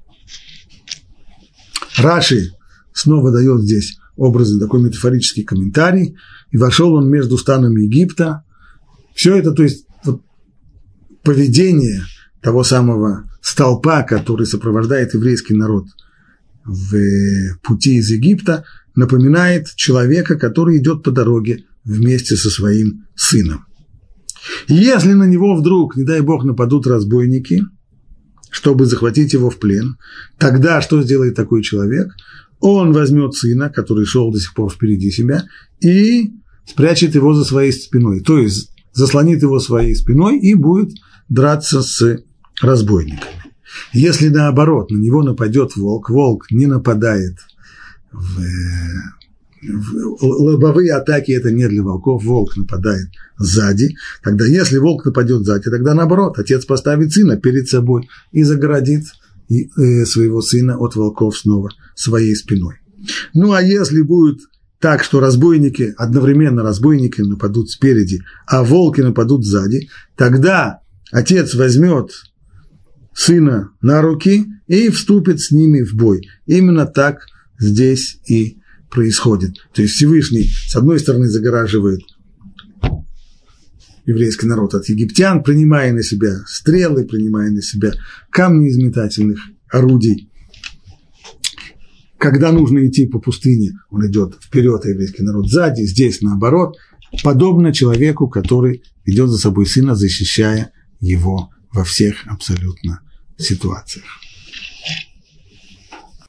Раши снова дает здесь образный такой метафорический комментарий. И вошел он между станом Египта. Все это, то есть вот, поведение того самого столпа, который сопровождает еврейский народ в пути из Египта, напоминает человека, который идет по дороге вместе со своим сыном. Если на него вдруг, не дай бог, нападут разбойники, чтобы захватить его в плен, тогда что сделает такой человек? Он возьмет сына, который шел до сих пор впереди себя, и спрячет его за своей спиной, то есть заслонит его своей спиной и будет драться с разбойниками. Если наоборот на него нападет волк, волк не нападает в лобовые атаки, это не для волков, волк нападает сзади. Тогда если волк нападет сзади, тогда наоборот, отец поставит сына перед собой и загородит своего сына от волков снова своей спиной. Ну а если будет так, что одновременно разбойники нападут спереди, а волки нападут сзади, тогда отец возьмет сына на руки и вступит с ними в бой. Именно так здесь и происходит. То есть Всевышний, с одной стороны, загораживает еврейский народ от египтян, принимая на себя стрелы, принимая на себя камни из метательных орудий. Когда нужно идти по пустыне, он идет вперед, а еврейский народ сзади. Здесь наоборот, подобно человеку, который ведет за собой сына, защищая его во всех абсолютно ситуациях.